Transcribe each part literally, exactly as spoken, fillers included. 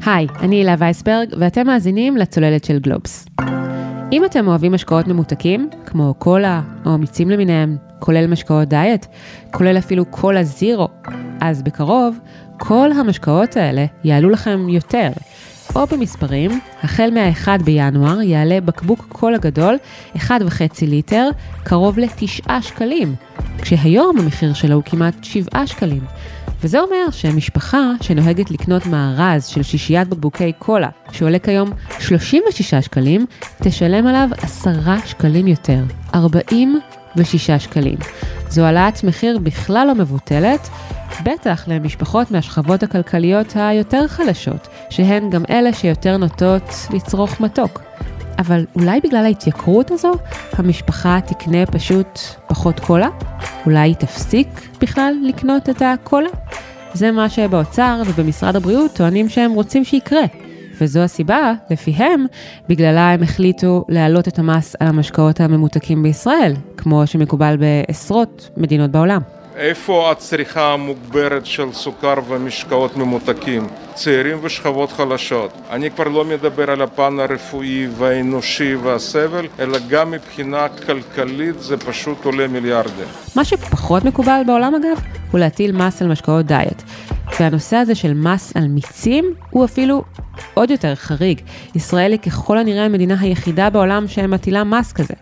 היי, אני הילה וייסברג, ואתם מאזינים לצוללת של גלובס. אם אתם אוהבים משקאות ממותקים, כמו קולה או מיצים למיניהם, כולל משקאות דיאט, כולל אפילו קולה זירו, אז בקרוב, כל המשקאות האלה יעלו לכם יותר. או במספרים, החל מה-אחד בינואר יעלה בקבוק קולה גדול, אחד וחצי ליטר, קרוב לתשעה שקלים, כשהיום המחיר שלו הוא כמעט שבעה שקלים. וזה אומר שמשפחה שנוהגת לקנות מארז של שישיית בקבוקי קולה, שעולה כיום שלושים ושישה שקלים, תשלם עליו עשרה שקלים יותר, ארבעים ושישה שקלים. זו העלאת מחיר בכלל לא מבוטלת, בטח למשפחות מהשכבות הכלכליות היותר חלשות, שהן גם אלה שיותר נוטות לצרוך מתוק. אבל אולי בגלל ההתייקרות הזו, המשפחה תקנה פשוט פחות קולה? אולי היא תפסיק בכלל לקנות את הקולה? זה מה שבאוצר ובמשרד הבריאות טוענים שהם רוצים שיקרה. וזו הסיבה, לפיהם, בגללה הם החליטו להעלות את המס על המשקאות הממותקים בישראל, כמו שמקובל בעשרות מדינות בעולם. איפה הצריכה המוגברת של סוכר ומשקאות ממותקים? צעירים ושכבות חלשות. אני כבר לא מדבר על הפן הרפואי והאנושי והסבל, אלא גם מבחינה כלכלית זה פשוט עולה מיליארדים. מה שפחות מקובל בעולם אגב, הוא להטיל מס על משקאות דיאט. והנושא הזה של מס על מיצים הוא אפילו עוד יותר חריג. ישראל היא ככל הנראה המדינה היחידה בעולם שמטילה מס כזה.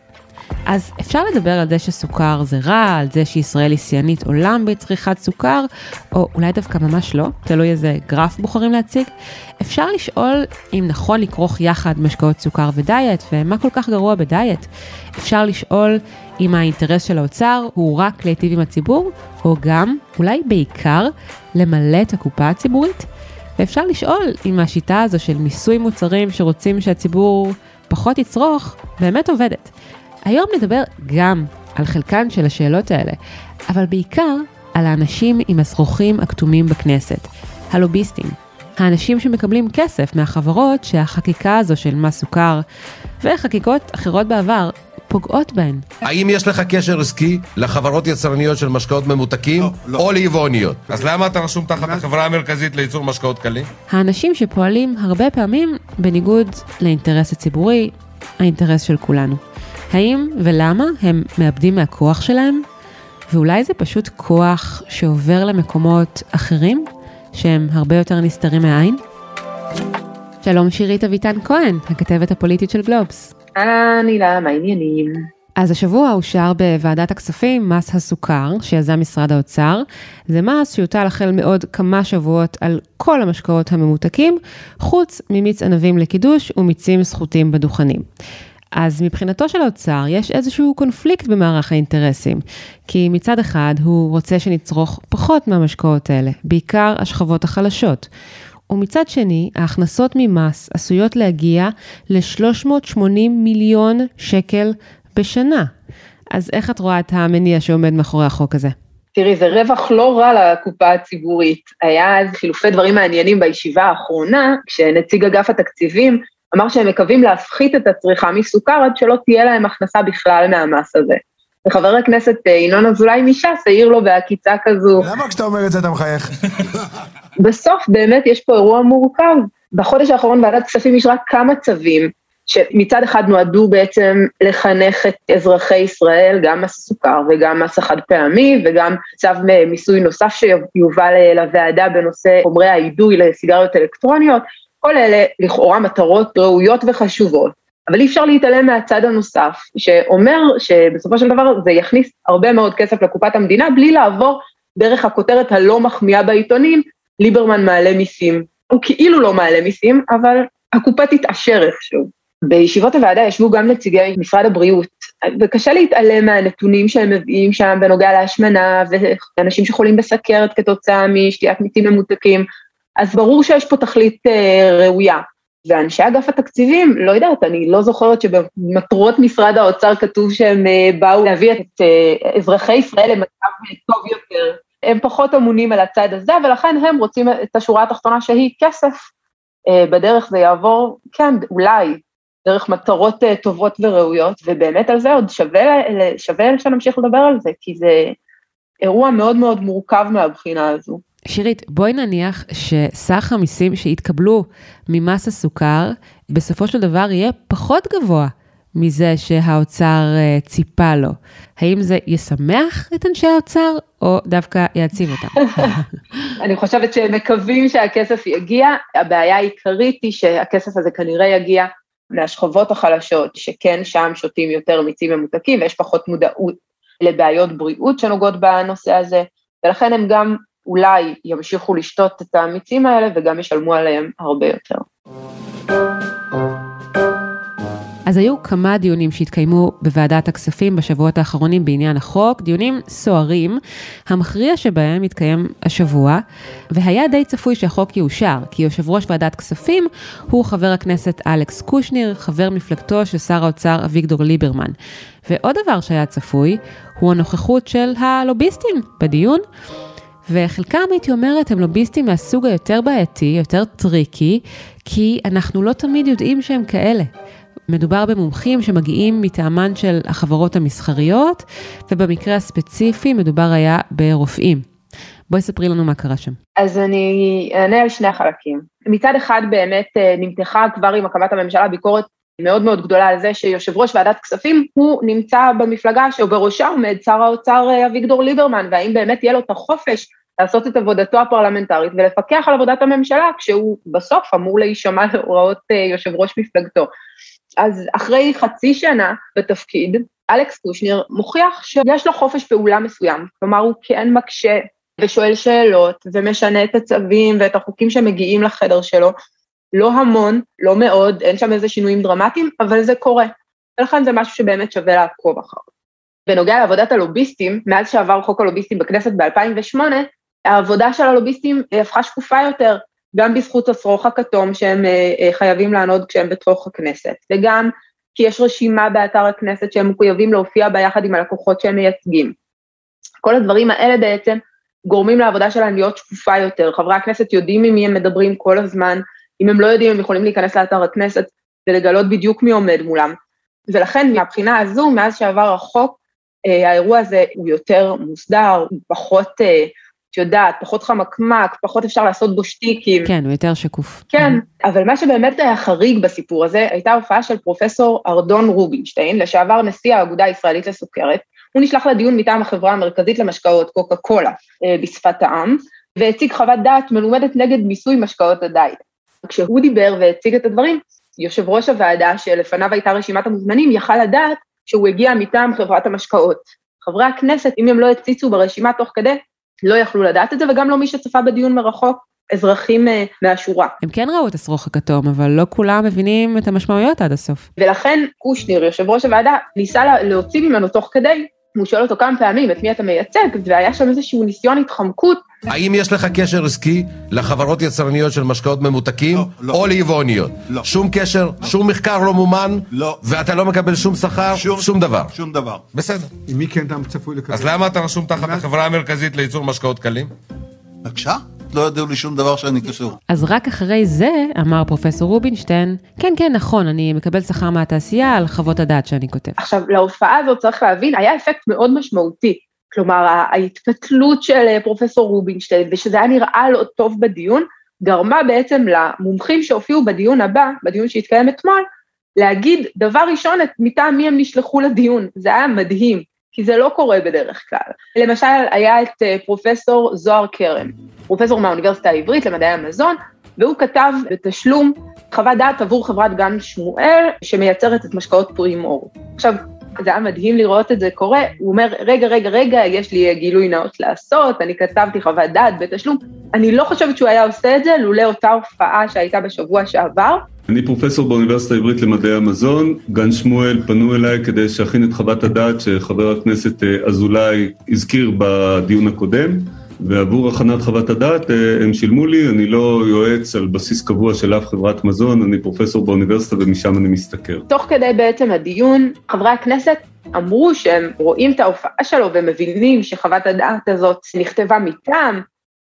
אז אפשר לדבר על זה שסוכר זה רע, על זה שישראל היא שיאנית עולם בצריכת סוכר, או אולי דווקא ממש לא, תלוי איזה גרף בוחרים להציג. אפשר לשאול אם נכון לכרוך יחד משקאות סוכר ודיאט, ומה כל כך גרוע בדיאט. אפשר לשאול אם האינטרס של האוצר הוא רק להיטיב עם הציבור, או גם, אולי בעיקר, למלא את הקופה הציבורית. ואפשר לשאול אם השיטה הזו של מיסוי מוצרים שרוצים שהציבור פחות יצרוך, באמת עובדת. היום נדבר גם על חלקן של השאלות האלה, אבל בעיקר על האנשים עם השרוכים הכתומים בכנסת, הלוביסטים, האנשים שמקבלים כסף מהחברות שהחקיקה הזו של מס סוכר וחקיקות אחרות בעבר פוגעות בהן. האם יש לך קשר עסקי לחברות יצרניות של משקאות ממותקים לא, לא. או ליבואניות? אז למה אתה רשום תחת החברה המרכזית לייצור משקאות קלים? האנשים שפועלים הרבה פעמים בניגוד לאינטרס הציבורי, האינטרס של כולנו. האם ולמה הם מאבדים מהכוח שלהם? ואולי זה פשוט כוח שעובר למקומות אחרים, שהם הרבה יותר נסתרים מהעין? שלום שירית אביטן כהן, הכתבת הפוליטית של גלובס. אני לה, מה עניינים? אז השבוע אושר בוועדת הכספים מס הסוכר, שיזם משרד האוצר. זה מס שיוטל החל מעוד כמה שבועות על כל המשקאות הממותקים, חוץ ממיץ ענבים לקידוש ומיצים זכותים בדוכנים. אז מבחינתו של האוצר יש איזשהו קונפליקט במערך האינטרסים, כי מצד אחד הוא רוצה שנצרוך פחות מהמשקאות האלה, בעיקר השכבות החלשות. ומצד שני, ההכנסות ממס עשויות להגיע ל-שלוש מאות ושמונים מיליון שקל בשנה. אז איך את רואה את המניע שעומד מאחורי החוק הזה? תראי, זה רווח לא רע לקופה הציבורית. היה איזה חילופי דברים מעניינים בישיבה האחרונה, כשנציג אגף התקציבים אמר שהם מקווים להפחית את הצריכה מסוכר, עד שלא תהיה להם הכנסה בכלל מהמס הזה. וחבר הכנסת ינון אזולאי מש"ס העיר לו בהקיצה כזו. למה כשאתה אומר את זה אתה מחייך? בסוף באמת יש פה אירוע מורכב. בחודש האחרון ועדת כספים יש רק כמה צווים, שמצד אחד נועדו בעצם לחנך את אזרחי ישראל, גם מס סוכר וגם מס החד פעמי, וגם צו מיסוי נוסף שיובל לוועדה בנושא חומרי האידוי לסיגריות אלקטרוניות. כל אלה לכאורה מטרות ראויות וחשובות, אבל אי אפשר להתעלם מהצד הנוסף, שאומר שבסופו של דבר זה יכניס הרבה מאוד כסף לקופת המדינה, בלי לעבור דרך הכותרת הלא מחמיאה בעיתונים, ליברמן מעלה מיסים. הוא כאילו לא מעלה מיסים, אבל הקופה תתעשר איכשהו. בישיבות הוועדה ישבו גם נציגי משרד הבריאות, וקשה להתעלם מהנתונים שהם מביאים שם בנוגע להשמנה, ואנשים שחולים בסכרת כתוצאה משתיית מיצים ממותקים, אז ברור שיש פה תכלית אה, ראויה, ואנשי אגף התקציבים, לא יודעת, אני לא זוכרת שבמטרות משרד האוצר כתוב שהם אה, באו להביא את אה, אזרחי ישראל למצב טוב יותר, הם פחות אמונים על הצד הזה, ולכן הם רוצים את השורה התחתונה שהיא כסף, אה, בדרך זה יעבור, כן, אולי, דרך מטרות אה, טובות וראויות, ובאמת על זה עוד שווה, שווה שנמשיך לדבר על זה, כי זה אירוע מאוד מאוד מורכב מהבחינה הזו. שירית, בואי נניח שסך המיסים שהתקבלו ממס הסוכר, בסופו של דבר יהיה פחות גבוה מזה שהאוצר ציפה לו. האם זה ישמח את אנשי האוצר, או דווקא יעציב אותם? אני חושבת שמקווים שהכסף יגיע, הבעיה העיקרית היא שהכסף הזה כנראה יגיע מהשכבות החלשות, שכן שם שותים יותר מיצים ממותקים, ויש פחות מודעות לבעיות בריאות שנוגעות בנושא הזה, ולכן הם גם אולי ימשיכו לשתות את המיצים האלה, וגם ישלמו עליהם הרבה יותר. אז היו כמה דיונים שהתקיימו בוועדת הכספים בשבועות האחרונים בעניין החוק, דיונים סוערים, המכריע שבהם התקיים השבוע, והיה די צפוי שהחוק יאושר, כי יושב ראש ועדת כספים הוא חבר הכנסת אלכס קושניר, חבר מפלגתו של שר האוצר אביגדור ליברמן. ועוד דבר שהיה צפוי, הוא הנוכחות של הלוביסטים בדיון, וחלקם הייתי אומרת הם לוביסטים מהסוג היותר בעייתי, יותר טריקי, כי אנחנו לא תמיד יודעים שהם כאלה. מדובר במומחים שמגיעים מטעמן של החברות המסחריות, ובמקרה הספציפי מדובר היה ברופאים. בואי ספרי לנו מה קרה שם. אז אני אענה על שני החלקים. מצד אחד באמת נמתחה כבר עם הקמת הממשלה ביקורת מאוד מאוד גדולה על זה שיושב ראש ועדת כספים הוא נמצא במפלגה שבראשה עומד שר האוצר אביגדור ליברמן, והאם באמת יהיה לו את החופש לעשות את עבודתו הפרלמנטרית ולפקח על עבודת הממשלה, כשהוא בסוף אמור להישמע להוראות יושב ראש מפלגתו. אז אחרי חצי שנה בתפקיד, אלכס קושניר מוכיח שיש לו חופש פעולה מסוים, כלומר הוא כן מקשה ושואל שאלות ומשנה את הצווים ואת החוקים שמגיעים לחדר שלו, לא המון, לא מאוד, אין שם איזה שינויים דרמטיים, אבל זה קורה, ולכן זה משהו שבאמת שווה לעקוב אחר. בנוגע לעבודת הלוביסטים, מאז שעבר חוק הלוביסטים בכנסת ב-אלפיים ושמונה, העבודה של הלוביסטים הפכה שקופה יותר, גם בזכות הסרוך הכתום שהם חייבים לענוד כשהם בתוך הכנסת, וגם כי יש רשימה באתר הכנסת שהם מחויבים להופיע ביחד עם הלקוחות שהם מייצגים. כל הדברים האלה בעצם גורמים לעבודה שלהם להיות שקופה יותר, חברי הכנסת יודעים עם מי הם מדברים כל הזמן, אם הם לא יודעים הם יכולים להיכנס לאתר הכנסת ולגלות בדיוק מי עומד מולם, ולכן מהבחינה הזו, מאז שעבר החוק, האירוע הזה הוא יותר מוסדר, הוא פחות... את יודעת, פחות חמקמק, פחות אפשר לעשות בו שטיקים. כן, הוא יותר שקוף. כן, אבל מה שבאמת היה חריג בסיפור הזה, הייתה הופעה של פרופסור ארדון רובינשטיין, לשעבר נשיא האגודה הישראלית לסוכרת, הוא נשלח לדיון מטעם החברה המרכזית למשקאות, קוקה קולה, בשפת העם, והציג חוות דעת מלומדת נגד מיסוי משקאות הדייט. כשהוא דיבר והציג את הדברים, יושב ראש הוועדה שלפניו הייתה רשימת המוזמנים, יכל לדעת שהוא הגיע מטעם חברת המשקאות. חברי הכנסת, אם הם לא הציצו ברשימה תוך כדי, לא יכלו לדעת את זה, וגם לא מי שצפה בדיון מרחוק, אזרחים מהשורה. הם כן ראו את הסרוך הכתום, אבל לא כולם מבינים את המשמעויות עד הסוף. ולכן קושניר, יושב ראש הוועדה, ניסה להוציא ממנו תוך כדי, הוא שואל אותו כמה פעמים, את מי אתה מייצג, והיה שם איזשהו ניסיון התחמקות. האם יש לך קשר עסקי לחברות יצרניות של משקאות ממותקים, לא, לא. או ליבואניות? לא. שום קשר, לא. שום מחקר לא מומן, לא. ואתה לא מקבל שום שכר, שום, שום דבר. שום דבר. בסדר. עם מי כן אתה צפוי לקבל? אז למה אתה רשום תחת החברה המרכזית לייצור משקאות קלים? בבקשה? לא ידעו לי שום דבר שאני קשור. אז רק אחרי זה, אמר פרופסור רובינשטיין, כן, כן, נכון, אני מקבל שכר מהתעשייה על חוות הדעת שאני כותב. עכשיו, להופעה הזאת צריך להבין, היה אפקט מאוד משמעותי. כלומר, ההתפתלות של פרופסור רובינשטיין, ושזה היה נראה לא טוב בדיון, גרמה בעצם למומחים שהופיעו בדיון הבא, בדיון שהתקיים אתמול, להגיד דבר ראשון, את מטעם מי הם נשלחו לדיון. זה היה מדהים, כי זה לא קורה בדרך כלל. למשל, היה את פרופסור זוהר קרם, פרופסור מהאוניברסיטה העברית למדעי המזון, והוא כתב בתשלום חוות דעת עבור חברת גן שמואל, שמייצרת את משקאות פרי אור. עכשיו, זה היה מדהים לראות את זה קורה, הוא אומר, רגע, רגע, רגע, יש לי גילוי נאות לעשות, אני כתבתי חוות דעת בתשלום, אני לא חושבת שהוא היה עושה את זה, לולא אותה הופעה שהייתה בשבוע שעבר. אני פרופסור באוניברסיטה העברית למדעי המזון, גן שמואל פנו אליי כדי להכין את חוות הדעת שחבר הכנסת אזולאי הזכיר בדיון הקודם, ועבור הכנת חוות הדעת הם שילמו לי, אני לא יועץ על בסיס קבוע של אף חברת מזון, אני פרופסור באוניברסיטה ומשם אני מסתכר. תוך כדי בעצם הדיון, חברי הכנסת אמרו שהם רואים את ההופעה שלו ומבינים שחוות הדעת הזאת נכתבה מטעם.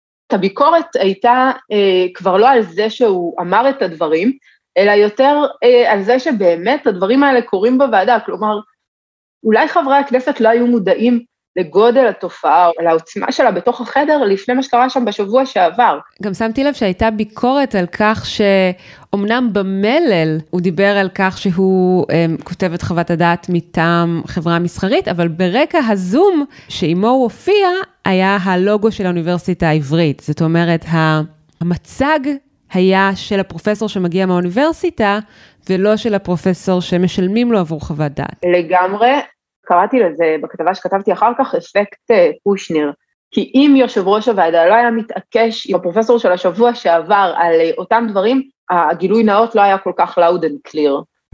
הביקורת הייתה אה, כבר לא על זה שהוא אמר את הדברים, אלא יותר אה, על זה שבאמת הדברים האלה קורים בוועדה, כלומר, אולי חברי הכנסת לא היו מודעים לגודל התופעה, או לעוצמה שלה בתוך החדר, לפני מה שקרה שם בשבוע שעבר. גם שמתי לב שהייתה ביקורת על כך שאומנם במלל הוא דיבר על כך שהוא um, כותב את חוות הדעת מטעם חברה מסחרית, אבל ברקע הזום שעימו הוא הופיע, היה הלוגו של האוניברסיטה העברית. זאת אומרת, המצג היה של הפרופסור שמגיע מהאוניברסיטה, ולא של הפרופסור שמשלמים לו עבור חוות דעת. לגמרי. קראתי לזה בכתבה שכתבתי אחר כך, אפקט קושניר, כי אם יושב ראש הוועדה לא היה מתעקש עם הפרופסור של השבוע שעבר על אותם דברים, הגילוי נאות לא היה כל כך loud and clear.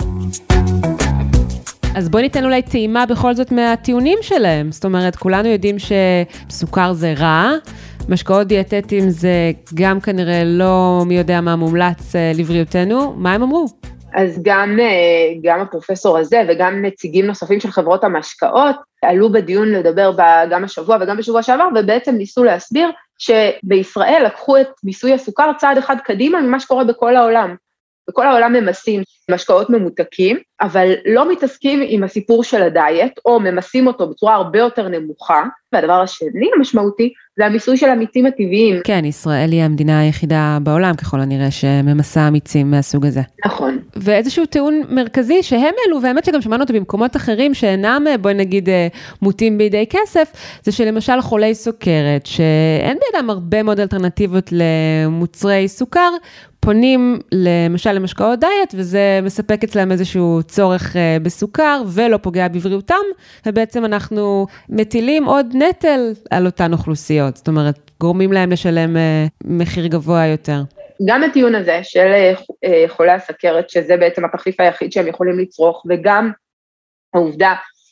אז בואי ניתן אולי טעימה בכל זאת מהטיעונים שלהם, זאת אומרת, כולנו יודעים שסוכר זה רע, משקאות דיאטטיים זה גם כנראה לא מי יודע מה מומלץ לבריאותנו, מה הם אמרו? אז גם, גם הפרופסור הזה וגם נציגים נוספים של חברות המשקאות עלו בדיון לדבר גם השבוע וגם בשבוע שעבר, ובעצם ניסו להסביר שבישראל לקחו את מיסוי הסוכר צעד אחד קדימה ממה שקורה בכל העולם. בכל העולם ממסים משקאות ממותקים, אבל לא מתעסקים עם הסיפור של הדיאט, או ממסים אותו בצורה הרבה יותר נמוכה, והדבר השני המשמעותי, זה המיסוי של המיצים הטבעיים. כן, ישראל היא המדינה היחידה בעולם, ככל הנראה, שממסה מיצים מהסוג הזה. נכון. ואיזשהו טיעון מרכזי שהם אלו, והאמת שגם שמענו אותו במקומות אחרים, שאינם, בואי נגיד, מוטים בידי כסף, זה שלמשל חולי סוכרת, שאין בידם הרבה מאוד אלטרנטיבות למוצרי סוכר, פונים למשל למשקאות דיאט, וזה מספק אצלם איזשהו צורך בסוכר, ולא פוגע בבריאותם, ובעצם אנחנו מטילים עוד נטל על אותן אוכלוסיות, זאת אומרת, גורמים להם לשלם מחיר גבוה יותר. גם הטיעון הזה של חולי הסוכרת, שזה בעצם התחליף היחיד שהם יכולים לצרוך, וגם העובדה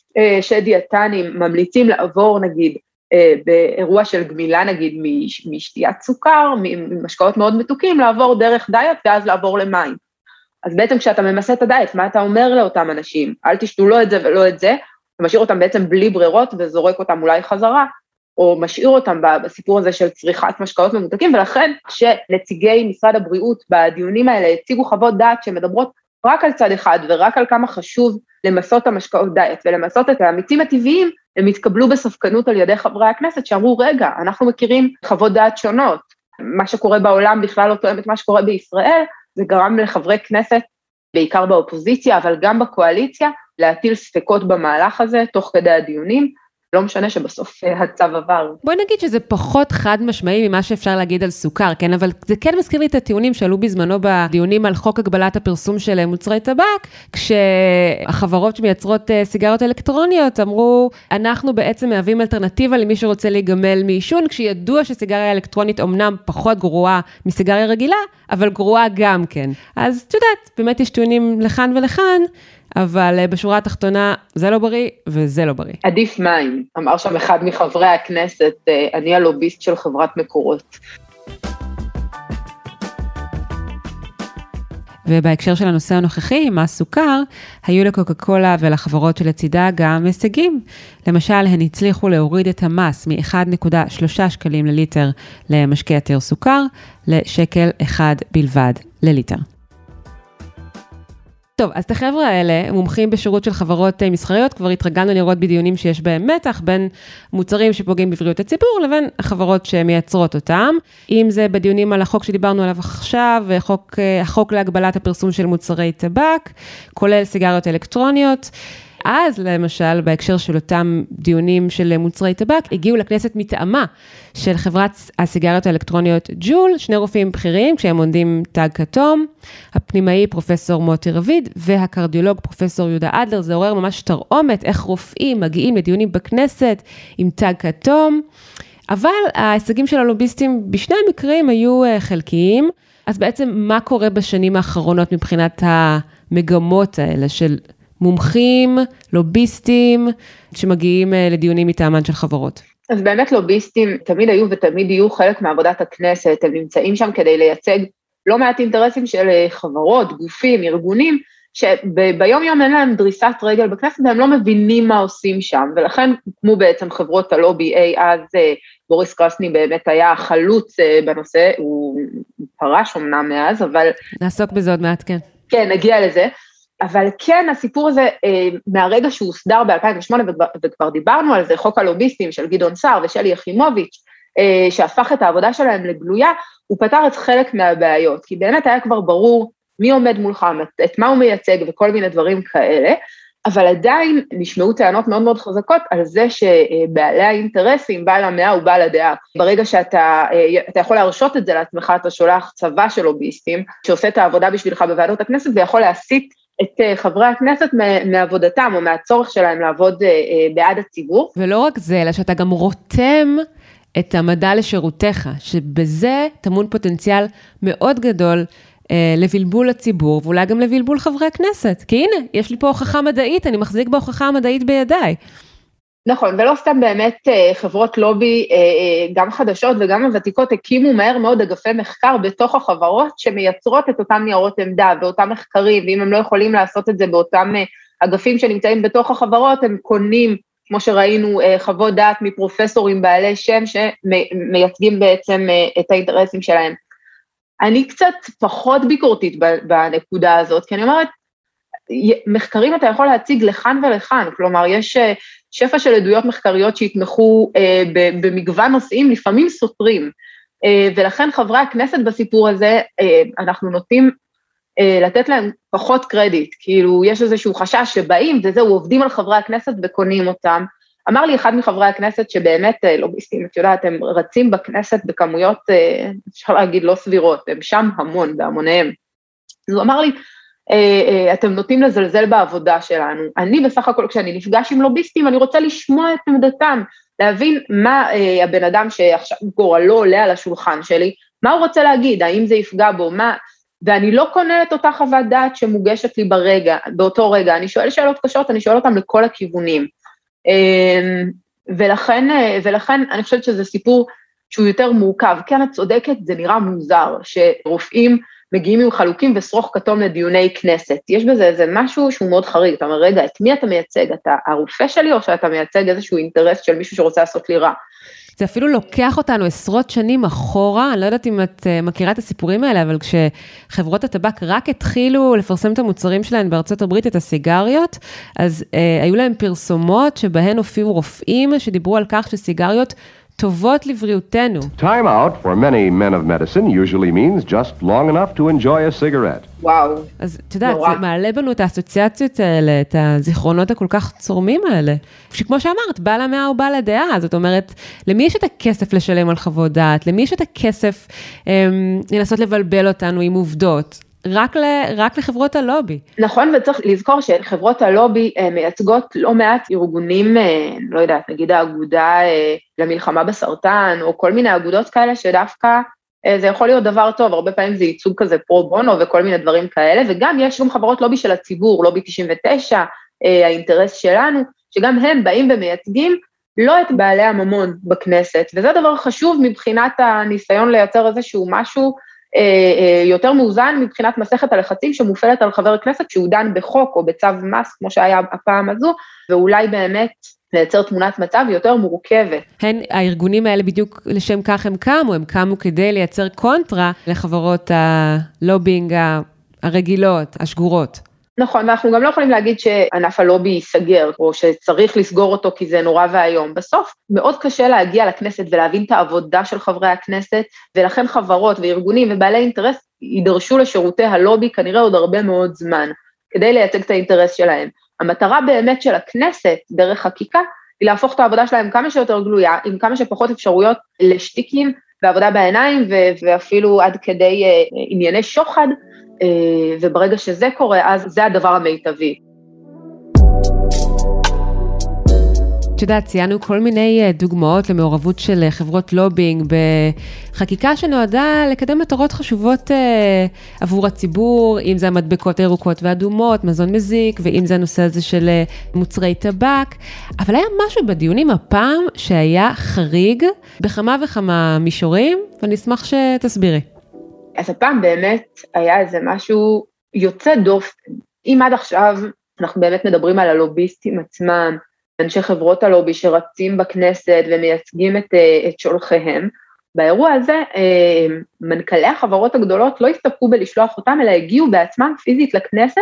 שדיאטנים ממליצים לעבור, נגיד, באירוע של גמילה, נגיד, משתיית סוכר, ממשקאות מאוד מתוקים, לעבור דרך דיאט, ואז לעבור למים. אז בעצם כשאתה ממסה את הדיאט, מה אתה אומר לאותם אנשים? אל תשתו לא את זה ולא את זה, ומשאיר אותם בעצם בלי ברירות, וזורק אותם אולי חזרה, או משאיר אותם בסיפור הזה של צריכת משקאות ממותקים, ולכן כשנציגי משרד הבריאות בדיונים האלה הציגו חוות דעת שמדברות רק על צד אחד, ורק על כמה חשוב למסות המשקאות דיאט, ולמסות את המיצים הטבעיים, הם התקבלו בספקנות על ידי חברי הכנסת, שאמרו, רגע, אנחנו מכירים חוות דעת שונות, מה שקורה בעולם בכלל לא תואם את מה שקורה בישראל, זה גרם לחברי כנסת, בעיקר באופוזיציה, אבל גם בקואליציה, להטיל ספקות במהלך הזה, תוך כדי הדיונים, לא משנה שבסוף הצו עבר. בואי נגיד שזה פחות חד משמעי ממה שאפשר להגיד על סוכר, כן? אבל זה כן מזכיר לי את הטיעונים שעלו בזמנו בדיונים על חוק הגבלת הפרסום של מוצרי טבק, כשהחברות שמייצרות סיגריות אלקטרוניות אמרו, אנחנו בעצם מהווים אלטרנטיבה למי שרוצה להיגמל מעישון, כשידוע שסיגריה אלקטרונית אומנם פחות גרועה מסיגריה רגילה, אבל גרועה גם כן. אז את יודעת, באמת יש טיעונים לכאן ולכאן, אבל בשורה התחתונה זה לא בריא וזה לא בריא. עדיף מים, אמר שם אחד מחברי הכנסת, אני הלוביסט של חברת מקורות. ובהקשר של הנושא הנוכחי, מה סוכר, היו לקוקה קולה ולחברות שלצידה גם הישגים. למשל, הן הצליחו להוריד את המס מ-אחד נקודה שלושה שקלים לליטר למשקה עתיר סוכר, לשקל אחד בלבד לליטר. טוב, אז את החבר'ה האלה, מומחים בשירות של חברות מסחריות, כבר התרגלנו לראות בדיונים שיש בהם מתח, בין מוצרים שפוגעים בבריאות הציבור, לבין החברות שמייצרות אותם. אם זה בדיונים על החוק שדיברנו עליו עכשיו, החוק, החוק להגבלת הפרסום של מוצרי טבק, כולל סיגריות אלקטרוניות. אז למשל, בהקשר של אותם דיונים של מוצרי טבק, הגיעו לכנסת מטעמה של חברת הסיגריות האלקטרוניות ג'ול, שני רופאים בכירים, כשהם עונדים תג כתום, הפנימאי פרופסור מוטי רביד, והקרדיולוג פרופסור יהודה אדלר, זה עורר ממש תרעומת, איך רופאים מגיעים לדיונים בכנסת עם תג כתום, אבל ההישגים של הלוביסטים בשני המקרים היו חלקיים, אז בעצם מה קורה בשנים האחרונות מבחינת המגמות האלה של מומחים, לוביסטים, שמגיעים לדיונים מטעמן של חברות? אז באמת לוביסטים תמיד היו ותמיד יהיו חלק מעבודת הכנסת, הם נמצאים שם כדי לייצג לא מעט אינטרסים של חברות, גופים, ארגונים, שביום יום אין להם דריסת רגל בכנסת, והם לא מבינים מה עושים שם, ולכן כמו בעצם חברות הלובי, איי, אז בוריס קרסני באמת היה חלוץ בנושא, הוא פרש אמנם מאז, אבל... נעסוק בזה עוד מעט, כן. כן, נגיע לזה. אבל כן, הסיפור הזה, מהרגע שהוא הוסדר ב-אלפיים ושמונה, וכבר דיברנו על זה, חוק הלוביסטים של גדעון סער ושלי יחימוביץ', שהפך את העבודה שלהם לגלויה, הוא פתר את חלק מהבעיות, כי באמת היה כבר ברור מי עומד מולך, את מה הוא מייצג וכל מיני דברים כאלה, אבל עדיין נשמעו טענות מאוד מאוד חזקות על זה שבעלי האינטרסים, בעל המאה הוא בעל הדעה. ברגע שאתה אתה יכול להרשות את זה לעצמך, אתה שולח צבא של לוביסטים, שעושה את העבודה בשבילך בוועדות הכנסת, ויכול להסיט את חברי הכנסת מעבודתם או מהצורך שלהם לעבוד בעד הציבור. ולא רק זה, אלא שאתה גם רותם את המדע לשירותיך, שבזה טמון פוטנציאל מאוד גדול לבלבול הציבור, ואולי גם לבלבול חברי הכנסת, כי הנה, יש לי פה הוכחה מדעית, אני מחזיק בהוכחה המדעית בידיי. נכון, ולא סתם באמת חברות לובי, גם חדשות וגם הוותיקות, הקימו מהר מאוד אגפי מחקר בתוך החברות, שמייצרות את אותם ניירות עמדה, ואותם מחקרים, ואם הם לא יכולים לעשות את זה באותם אגפים שנמצאים בתוך החברות, הם קונים, כמו שראינו, חוות דעת מפרופסורים בעלי שם, שמייצגים בעצם את האינטרסים שלהם. אני קצת פחות ביקורתית בנקודה הזאת, כי אני אומרת, מחקרים אתה יכול להציג לכאן ולכאן, כלומר, יש שפע של עדויות מחקריות שהתמחו במגוון נושאים, לפעמים סותרים, ולכן חברי הכנסת בסיפור הזה, אנחנו נוטים לתת להם פחות קרדיט, כאילו יש איזשהו חשש שבאים, וזהו, עובדים על חברי הכנסת וקונים אותם. אמר לי אחד מחברי הכנסת שבאמת לוביסטים, את יודעת, הם רצים בכנסת בכמויות, אפשר להגיד, לא סבירות, הם שם המון, בהמוניהם. אז הוא אמר לי, אתם נוטים לזלזל בעבודה שלנו. אני בסך הכל, כשאני נפגש עם לוביסטים, אני רוצה לשמוע את עמדתם, להבין מה הבן אדם שעכשיו גורלו עולה על השולחן שלי, מה הוא רוצה להגיד, האם זה יפגע בו, מה... ואני לא קונה את אותה חוות דעת שמוגשת לי ברגע, באותו רגע, אני שואל שאלות קשות, אני שואל אותם לכל הכיוונים. ולכן, ולכן אני חושבת שזה סיפור שהוא יותר מורכב. כן, את צודקת, זה נראה מוזר, שרופאים מגיעים עם חלוקים ושרוך כתום לדיוני כנסת. יש בזה איזה משהו שהוא מאוד חריג, אתה אומר, רגע, את מי אתה מייצג? אתה הרופא שלי או שאתה מייצג איזשהו אינטרס של מישהו שרוצה לעשות לי רע? זה אפילו לוקח אותנו עשרות שנים אחורה, אני לא יודעת אם את מכירה את הסיפורים האלה, אבל כשחברות הטבק רק התחילו לפרסם את המוצרים שלהן בארצות הברית, את הסיגריות, אז אה, היו להם פרסומות שבהן הופיעו רופאים שדיברו על כך שסיגריות טובות לבריאותנו. Time out for many men of medicine usually means just long enough to enjoy a cigarette. וואו. אז את יודעת, זה מעלה בנו את האסוציאציות האלה, את הזיכרונות הכל כך צורמים האלה. שכמו שאמרת, בעל המאה הוא בעל הדעה, זאת אומרת, למי יש את הכסף לשלם על חוות דעת? למי יש את הכסף אמ, לנסות לבלבל אותנו עם עובדות? רק, ל, רק לחברות הלובי. נכון, וצריך לזכור שחברות הלובי מייצגות לא מעט ארגונים, לא יודעת, נגיד האגודה למלחמה בסרטן, או כל מיני אגודות כאלה שדווקא זה יכול להיות דבר טוב, הרבה פעמים זה ייצוג כזה פרו בונו וכל מיני דברים כאלה, וגם יש גם חברות לובי של הציבור, לובי תשעים ותשע, האינטרס שלנו, שגם הם באים ומייצגים לא את בעלי הממון בכנסת, וזה דבר חשוב מבחינת הניסיון לייצר איזשהו משהו, יותר מאוזן מבחינת מסכת הלחצים שמופעלת על חבר הכנסת שהוא דן בחוק או בצו מס, כמו שהיה הפעם הזו, ואולי באמת לייצר תמונת מצב יותר מורכבת. הן, הארגונים האלה בדיוק לשם כך הם קמו, הם קמו כדי לייצר קונטרה לחברות הלובינג הרגילות, השגורות. נכון, ואנחנו גם לא יכולים להגיד שענף הלובי ייסגר, או שצריך לסגור אותו כי זה נורא והיום. בסוף מאוד קשה להגיע לכנסת ולהבין את העבודה של חברי הכנסת, ולכן חברות וארגונים ובעלי אינטרס יידרשו לשירותי הלובי כנראה עוד הרבה מאוד זמן, כדי לייצג את האינטרס שלהם. המטרה באמת של הכנסת, דרך חקיקה, היא להפוך את העבודה שלהם כמה שיותר גלויה, עם כמה שפחות אפשרויות לשטיקים ועבודה בעיניים, ואפילו עד כדי ענייני שוחד, וברגע שזה קורה, אז זה הדבר המיטבי. את יודעת, ציינו כל מיני דוגמאות למעורבות של חברות לובינג בחקיקה שנועדה לקדם מטרות חשובות עבור הציבור, אם זה המדבקות הירוקות והאדומות, מזון מזיק, ואם זה הנושא הזה של מוצרי טבק. אבל היה משהו בדיונים הפעם שהיה חריג בכמה וכמה מישורים, ואני אשמח שתסבירי. אז הפעם באמת היה איזה משהו יוצא דופן. אם עד עכשיו אנחנו באמת מדברים על הלוביסטים עצמם, אנשי חברות הלובי שרצים בכנסת ומייצגים את, את שולחיהם, באירוע הזה מנכ"לי החברות הגדולות לא הסתפקו בלשלוח אותם, אלא הגיעו בעצמם פיזית לכנסת,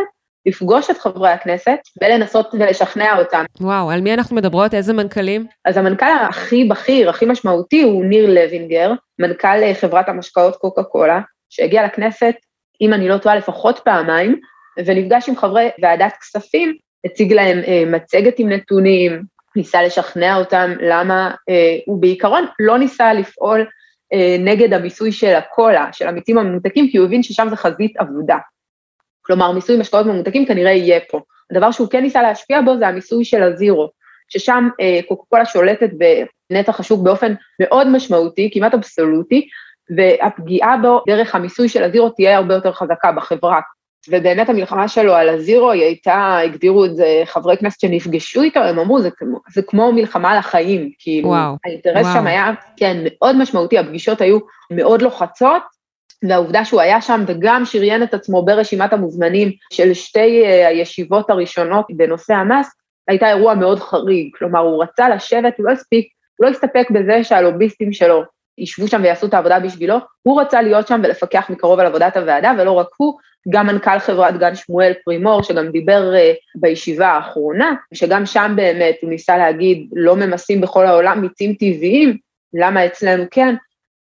לפגוש את חברי הכנסת ולנסות ולשכנע אותם. וואו, על מי אנחנו מדברות? איזה מנכ"לים? אז המנכ"ל הכי בכיר, הכי משמעותי, הוא ניר לוינגר, מנכ"ל חברת המשקאות קוקה קולה, שהגיע לכנסת, אם אני לא טועה, לפחות פעמיים, ונפגש עם חברי ועדת כספים, הציג להם אה, מצגת עם נתונים, ניסה לשכנע אותם למה אה, הוא בעיקרון לא ניסה לפעול אה, נגד המיסוי של הקולה, של המיצים הממותקים, כי הוא הבין ששם זה חזית עבודה. כלומר, מיסוי משקאות ממותקים כנראה יהיה פה. הדבר שהוא כן ניסה להשפיע בו זה המיסוי של הזירו, ששם אה, קוקה קולה שולטת בנתח השוק באופן מאוד משמעותי, כמעט אבסולוטי, והפגיעה בו דרך המיסוי של הזירו תהיה הרבה יותר חזקה בחברה. ובאמת המלחמה שלו על הזירו, היא הייתה, הגדירו את זה חברי כנסת שנפגשו איתו, הם אמרו, זה כמו, זה כמו מלחמה על החיים, כאילו, וואו, האינטרס וואו. שם היה, כן, מאוד משמעותי, הפגישות היו מאוד לוחצות, והעובדה שהוא היה שם וגם שריין את עצמו ברשימת המוזמנים של שתי הישיבות הראשונות בנושא המס, הייתה אירוע מאוד חריג, כלומר, הוא רצה לשבת, הוא לא הספיק, הוא לא הסתפק בזה שהלוביסטים שלו ישבו שם ויעשו את העבודה בשבילו, הוא רצה להיות שם ולפקח מקרוב על עבודת הוועדה, ולא רק הוא, גם מנכ"ל חברת גן שמואל פרימור, שגם דיבר uh, בישיבה האחרונה, שגם שם באמת הוא ניסה להגיד, לא ממסים בכל העולם מיצים טבעיים, למה אצלנו כן,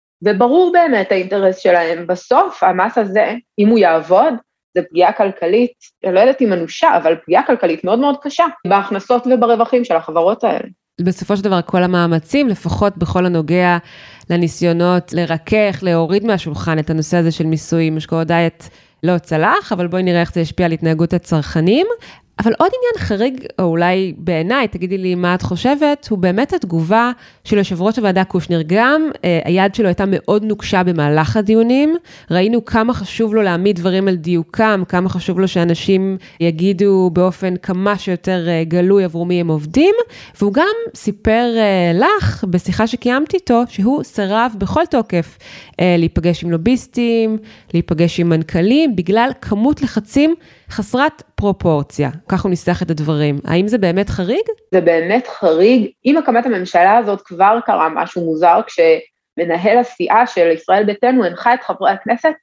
וברור באמת האינטרס שלהם. בסוף, המס הזה, אם הוא יעבוד, זה פגיעה כלכלית, לא יודעת אם אנושה, אבל פגיעה כלכלית מאוד מאוד קשה, בהכנסות וברווחים של החברות האלה. בסופו של דבר, כל המאמצים, לפחות בכל הנוגע לניסיונות לרכך, להוריד מהשולחן את הנושא הזה של מיסוי משקאות דיאט, לא צלח, אבל בואי נראה איך זה ישפיע על התנהגות הצרכנים. אבל עוד עניין חריג, או אולי בעיניי, תגידי לי מה את חושבת, הוא באמת התגובה של יושב ראש הוועדה קושניר. גם אה, היד שלו הייתה מאוד נוקשה במהלך הדיונים, ראינו כמה חשוב לו להעמיד דברים על דיוקם, כמה חשוב לו שאנשים יגידו באופן כמה שיותר אה, גלוי עבור מי הם עובדים, והוא גם סיפר אה, לך, בשיחה שקיימתי איתו, שהוא סירב בכל תוקף אה, להיפגש עם לוביסטים, להיפגש עם מנכ"לים, בגלל כמות לחצים חסרת פרופורציה. כך הוא ניסח את הדברים. האם זה באמת חריג? זה באמת חריג. עם הקמת הממשלה הזאת כבר קרה משהו מוזר, כשמנהל הסיעה של ישראל ביתנו הנחה את חברי הכנסת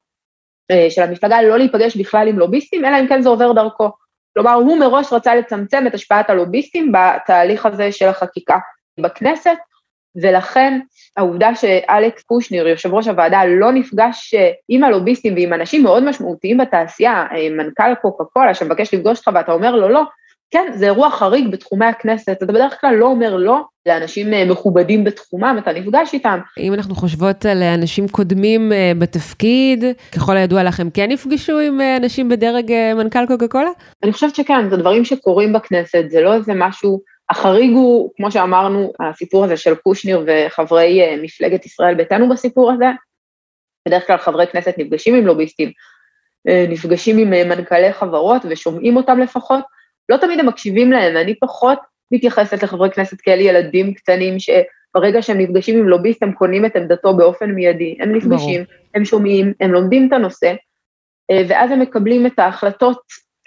של המפלגה לא להיפגש בכלל עם לוביסטים, אלא אם כן זה עובר דרכו. כלומר, הוא מראש רצה לצמצם את השפעת הלוביסטים בתהליך הזה של החקיקה בכנסת, ולכן העובדה שאלכס קושניר, יושב ראש הוועדה, לא נפגש עם הלוביסטים ועם אנשים מאוד משמעותיים בתעשייה, מנכ"ל קוקה קולה שמבקש לפגוש אותך ואתה אומר לו לא, כן, זה אירוע חריג בתחומי הכנסת, אתה בדרך כלל לא אומר לא לאנשים מכובדים בתחומם, אתה נפגש איתם. אם אנחנו חושבות על אנשים קודמים בתפקיד, ככל הידוע לכם, כן נפגשו עם אנשים בדרג מנכ"ל קוקה קולה? אני חושבת שכן, זה דברים שקורים בכנסת, זה לא איזה משהו, החריג הוא, כמו שאמרנו, הסיפור הזה של קושניר וחברי מפלגת ישראל ביתנו בסיפור הזה, בדרך כלל חברי כנסת נפגשים עם לוביסטים, נפגשים עם מנכ"לי חברות ושומעים אותם לפחות, לא תמיד הם מקשיבים להם, אני פחות מתייחסת לחברי כנסת כאלה ילדים קטנים, שברגע שהם נפגשים עם לוביסט, הם קונים את עמדתו באופן מיידי, הם נפגשים, ברור. הם שומעים, הם לומדים את הנושא, ואז הם מקבלים את ההחלטות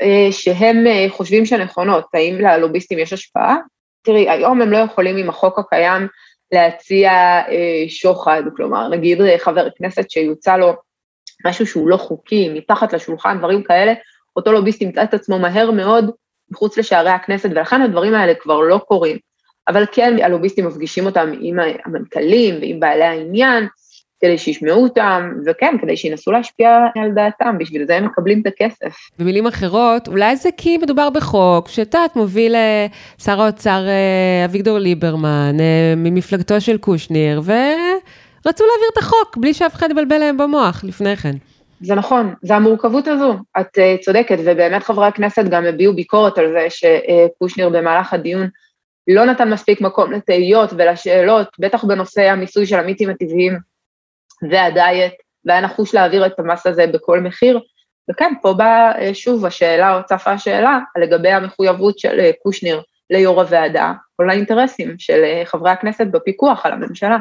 שהם חושבים שנכונות, האם ללוביסטים יש השפעה? תראי, היום הם לא יכולים עם החוק הקיים להציע שוחד, כלומר, נגיד חבר כנסת שיוצא לו משהו שהוא לא חוקי, מתחת לשולחן, דברים כאלה, אותו לוביסט ימצא את עצמו מהר מאוד מחוץ לשערי הכנסת, ולכן הדברים האלה כבר לא קורים, אבל כן, הלוביסטים מפגישים אותם עם המנכ"לים ועם בעלי העניין, כדי שישמעו אותם, וכן, כדי שינסו להשפיע על דעתם, בשביל זה הם מקבלים את הכסף. במילים אחרות, אולי זה כי מדובר בחוק, שתת מוביל שר האוצר אביגדור ליברמן, ממפלגתו של קושניר, ורצו להעביר את החוק, בלי שאף אחד יבלבל להם במוח לפני כן. זה נכון, זה המורכבות הזו, את צודקת, ובאמת חברי הכנסת גם הביעו ביקורת על זה, שקושניר במהלך הדיון לא נתן מספיק מקום לתהיות ולשאלות, בטח בנושא המיסוי של המיצים הטבעיים, והדיאט, והיה נחוש להעביר את המס הזה בכל מחיר, וכן, פה באה שוב השאלה, או צפה השאלה, לגבי המחויבות של קושניר ליו"ר הוועדה, כל האינטרסים של חברי הכנסת בפיקוח על הממשלה.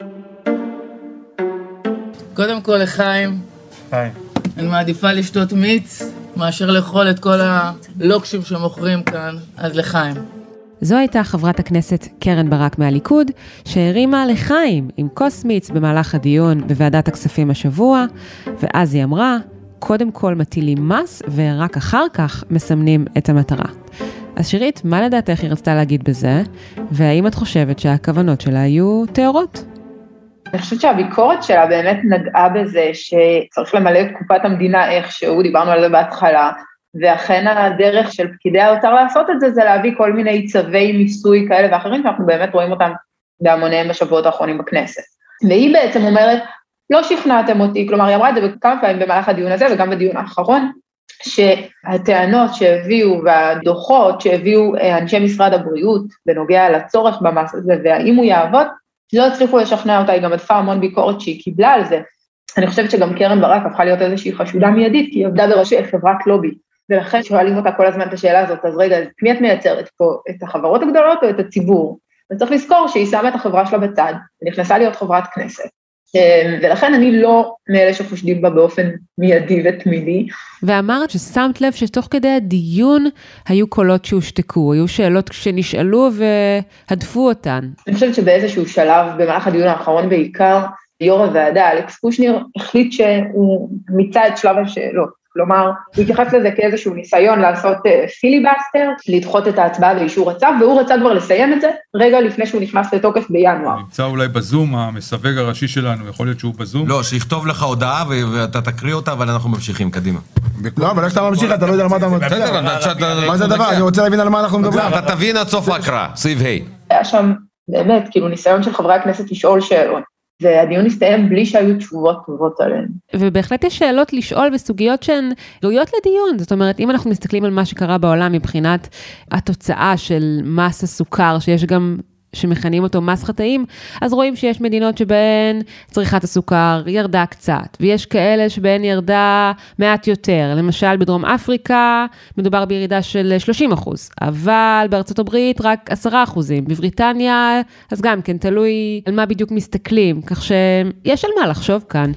קודם כל לחיים, היי. אני מעדיפה לשתות מיץ, מאשר לאכול את כל הלוקשים שמוכרים כאן, אז לחיים. זו הייתה חברת הכנסת קרן ברק מהליכוד, שהרימה לחיים עם כוס מיץ במהלך הדיון בוועדת הכספים השבוע, ואז היא אמרה, קודם כל מטילים מס, ורק אחר כך מסמנים את המטרה. אז שירית, מה לדעתך היא רצתה להגיד בזה, והאם את חושבת שהכוונות שלה היו תיאורות? אני חושבת שהביקורת שלה באמת נגעה בזה שצריך למלא את קופת המדינה איכשהו, דיברנו על זה בהתחלה, ואכן הדרך של פקידי האוצר לעשות את זה, זה להביא כל מיני צווי מיסוי כאלה ואחרים, שאנחנו באמת רואים אותם בהמוניהם בשבועות האחרונים בכנסת. והיא בעצם אומרת, לא שכנעתם אותי, כלומר היא אמרה את זה כמה פעמים במהלך הדיון הזה, וגם בדיון האחרון, שהטענות שהביאו והדוחות שהביאו אנשי משרד הבריאות, בנוגע לצורך במס הזה, והאם הוא יעבוד, לא הצליחו לשכנע אותה, היא גם עדפה המון ביקורת שהיא קיבלה על זה. אני חושבת שגם קרן ברק הפכה להיות איזושהי חשודה מיידית, כי היא עבדה בראשי חברת לובי, ולכן שואלים אותה כל הזמן את השאלה הזאת, אז רגע, מי את מייצרת פה, את החברות הגדולות או את הציבור? וצריך לזכור שהיא שמה את החברה שלה בצד, ונכנסה להיות חברת כנסת. ולכן אני לא מאלה שחושדים בה באופן מיידי ותמידי. ואמרת ששמת לב שתוך כדי הדיון היו קולות שהושתקו, היו שאלות שנשאלו והדפו אותן. אני חושבת שבאיזשהו שלב, במהלך הדיון האחרון בעיקר, יו"ר הוועדה, אלכס קושניר, החליט שהוא מיצה את שלב השאלות. כלומר, הוא התייחס לזה כאיזשהו ניסיון לעשות פיליבסטר, לדחות את ההצבעה ואישור הצו, והוא רצה כבר לסיים את זה, רגע לפני שהוא נכנס לתוקף בינואר. נמצא אולי בזום, המסווג הראשי שלנו, יכול להיות שהוא בזום? לא, שיכתוב לך הודעה ואתה תקריא אותה, אבל אנחנו ממשיכים, קדימה. לא, אבל איך שאתה ממשיך, אתה לא יודע על מה אתה מדבר. מה זה הדבר? אני רוצה להבין על מה אנחנו מדברים. אתה תבין עד סוף ההקראה, סעיף ה'. היה שם באמת, כאילו, ניסיון של חברי הכנסת לשאול שאלות. והדיון הסתיים בלי שהיו תשובות טובות עליהן. ובהחלט יש שאלות לשאול בסוגיות שהן ראויות לדיון. זאת אומרת, אם אנחנו מסתכלים על מה שקרה בעולם מבחינת התוצאה של מס הסוכר, שיש גם שמכנים אותו מס חטאים, אז רואים שיש מדינות שבהן צריכת הסוכר ירדה קצת, ויש כאלה שבהן ירדה מעט יותר. למשל, בדרום אפריקה מדובר בירידה של שלושים אחוז, אבל בארצות הברית רק עשרה אחוזים. בבריטניה, אז גם כן, תלוי על מה בדיוק מסתכלים, כך שיש על מה לחשוב כאן.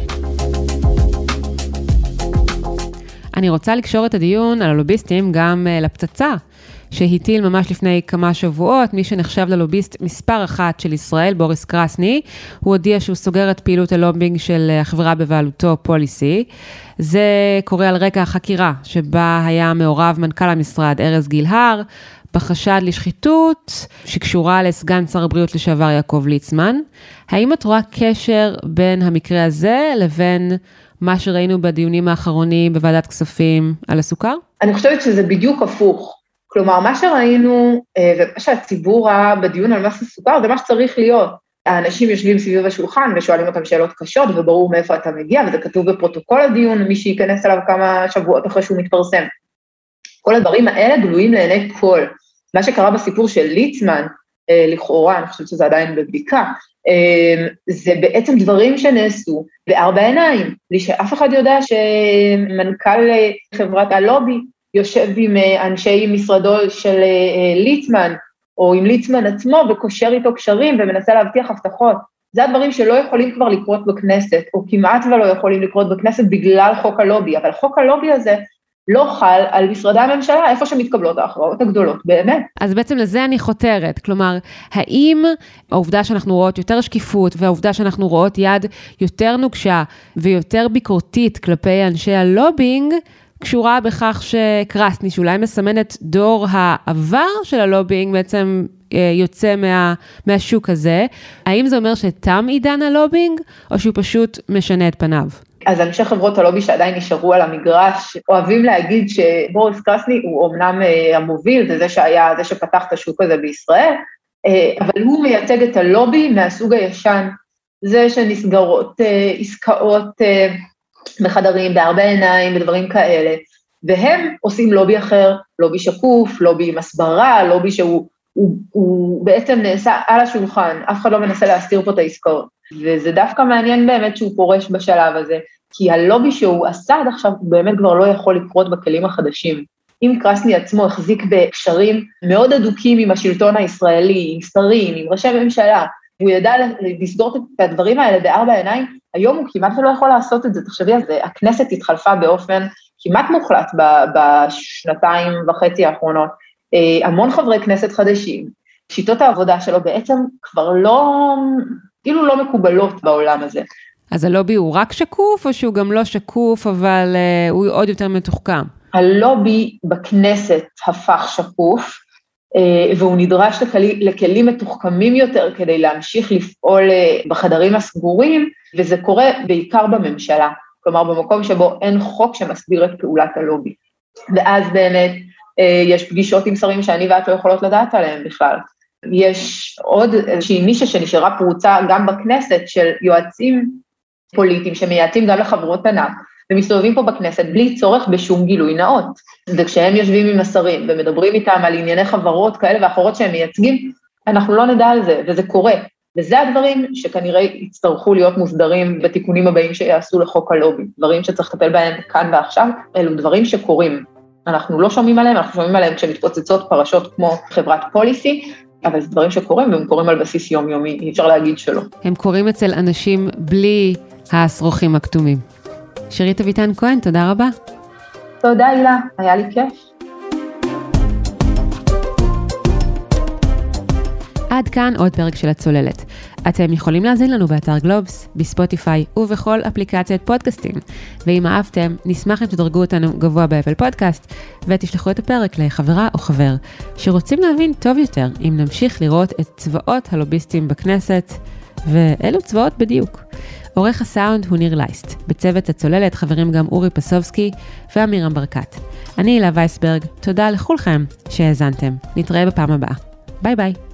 אני רוצה לקשור את הדיון על הלוביסטים גם לפצצה, שהטיל ממש לפני כמה שבועות, מי שנחשב ללוביסט מספר אחת של ישראל, בוריס קרסני, הוא הודיע שהוא סוגר את פעילות הלובינג של החברה בבעלותו פוליסי. זה קורה על רקע החקירה, שבה היה מעורב מנכ"ל המשרד ארז גילהר, בחשד לשחיתות, שקשורה לסגן שר הבריאות לשעבר יעקב ליצמן. האם את רואה קשר בין המקרה הזה לבין מה שראינו בדיונים האחרונים בוועדת כספים על הסוכר? אני חושבת שזה בדיוק הפוך. כלומר, מה שראינו, ומה שהציבור ראה בדיון על מס הסוכר, זה מה שצריך להיות. האנשים יושבים סביב השולחן ושואלים אותם שאלות קשות, וברור מאיפה אתה מגיע, וזה כתוב בפרוטוקול הדיון, מי שייכנס אליו כמה שבועות אחרי שהוא מתפרסם. כל הדברים האלה גלויים לעיני כל. מה שקרה בסיפור של ליצמן, לכאורה, אני חושבת שזה עדיין בבדיקה, זה בעצם דברים שנעשו בארבע עיניים, בלי שאף אחד יודע שמנכ"ל חברת הלובי, יושב עם אנשי משרדו של ליצמן, או עם ליצמן עצמו, וקושר איתו קשרים, ומנסה להבטיח הבטחות. זה הדברים שלא יכולים כבר לקרות בכנסת, או כמעט ולא יכולים לקרות בכנסת, בגלל חוק הלובי, אבל חוק הלובי הזה לא חל על משרדי הממשלה, איפה שמתקבלות ההכרעות הגדולות, באמת. אז בעצם לזה אני חותרת, כלומר, האם העובדה שאנחנו רואות יותר שקיפות, והעובדה שאנחנו רואות יד יותר נוקשה, ויותר ביקורתית כלפי אנשי הלובינג, קשורה בכך שקרסני, שאולי מסמן את דור העבר של הלובינג, בעצם יוצא מה, מהשוק הזה. האם זה אומר שתם עידן הלובינג, או שהוא פשוט משנה את פניו? אז אנשי חברות הלובי שעדיין נשארו על המגרש, אוהבים להגיד שבוריס קרסני הוא אומנם המוביל, זה זה שהיה, זה שפתח את השוק הזה בישראל, אבל הוא מייצג את הלובי מהסוג הישן, זה שנסגרות עסקאות בחדרים, בהרבה עיניים, בדברים כאלה, והם עושים לובי אחר, לובי שקוף, לובי עם הסברה, לובי שהוא הוא, הוא בעצם נעשה על השולחן, אף אחד לא מנסה להסתיר פה את העסקאות, וזה דווקא מעניין באמת שהוא פורש בשלב הזה, כי הלובי שהוא עשה עד עכשיו, הוא באמת כבר לא יכול לקרות בכלים החדשים. אם קרסני עצמו החזיק בקשרים מאוד אדוקים עם השלטון הישראלי, עם שרים, עם ראשי ממשלה, והוא ידע לסגור את הדברים האלה בארבע עיניים, היום הוא כמעט לא יכול לעשות את זה, תחשבי על זה, הכנסת התחלפה באופן כמעט מוחלט בשנתיים וחצי האחרונות, המון חברי כנסת חדשים, שיטות העבודה שלו בעצם כבר לא, כאילו לא מקובלות בעולם הזה. אז הלובי הוא רק שקוף, או שהוא גם לא שקוף, אבל uh, הוא עוד יותר מתוחכם? הלובי בכנסת הפך שקוף, והוא נדרש לכלי, לכלים מתוחכמים יותר כדי להמשיך לפעול בחדרים הסגורים, וזה קורה בעיקר בממשלה, כלומר במקום שבו אין חוק שמסביר את פעולת הלובי. ואז באמת יש פגישות עם שרים שאני ואת לא יכולות לדעת עליהם בכלל. יש עוד איזושהי נישה שנשארה פרוצה גם בכנסת של יועצים פוליטיים שמייעצים גם לחברות ענק, ומסתובבים פה בכנסת בלי צורך בשום גילוי נאות. וכשהם יושבים עם השרים ומדברים איתם על ענייני חברות כאלה ואחרות שהם מייצגים, אנחנו לא נדע על זה, וזה קורה. וזה הדברים שכנראה יצטרכו להיות מוסדרים בתיקונים הבאים שיעשו לחוק הלובי. דברים שצריך לטפל בהם כאן ועכשיו, אלו דברים שקורים. אנחנו לא שומעים עליהם, אנחנו שומעים עליהם כשמתפוצצות פרשות כמו חברת פוליסי, אבל זה דברים שקורים, והם קורים על בסיס יומיומי, אי אפשר להגיד שלא. הם קורים אצל אנשים בלי הסרוכים הכתומים. שירית אביטן כהן, תודה רבה. תודה הילה, היה לי כיף. עד כאן עוד פרק של הצוללת. אתם יכולים להזין לנו באתר גלובס, בספוטיפיי ובכל אפליקציית פודקאסטים. ואם אהבתם, נשמח אם תדרגו אותנו גבוה באפל פודקאסט, ותשלחו את הפרק לחברה או חבר, שרוצים להבין טוב יותר אם נמשיך לראות את צבאות הלוביסטים בכנסת, ואלו צבאות בדיוק. עורך הסאונד הוא ניר לייסט. בצוות הצוללת חברים גם אורי פסובסקי ואמירם ברקת. אני הילה וייסברג, תודה לכולכם שהאזנתם. נתראה בפעם הבאה. ביי ביי.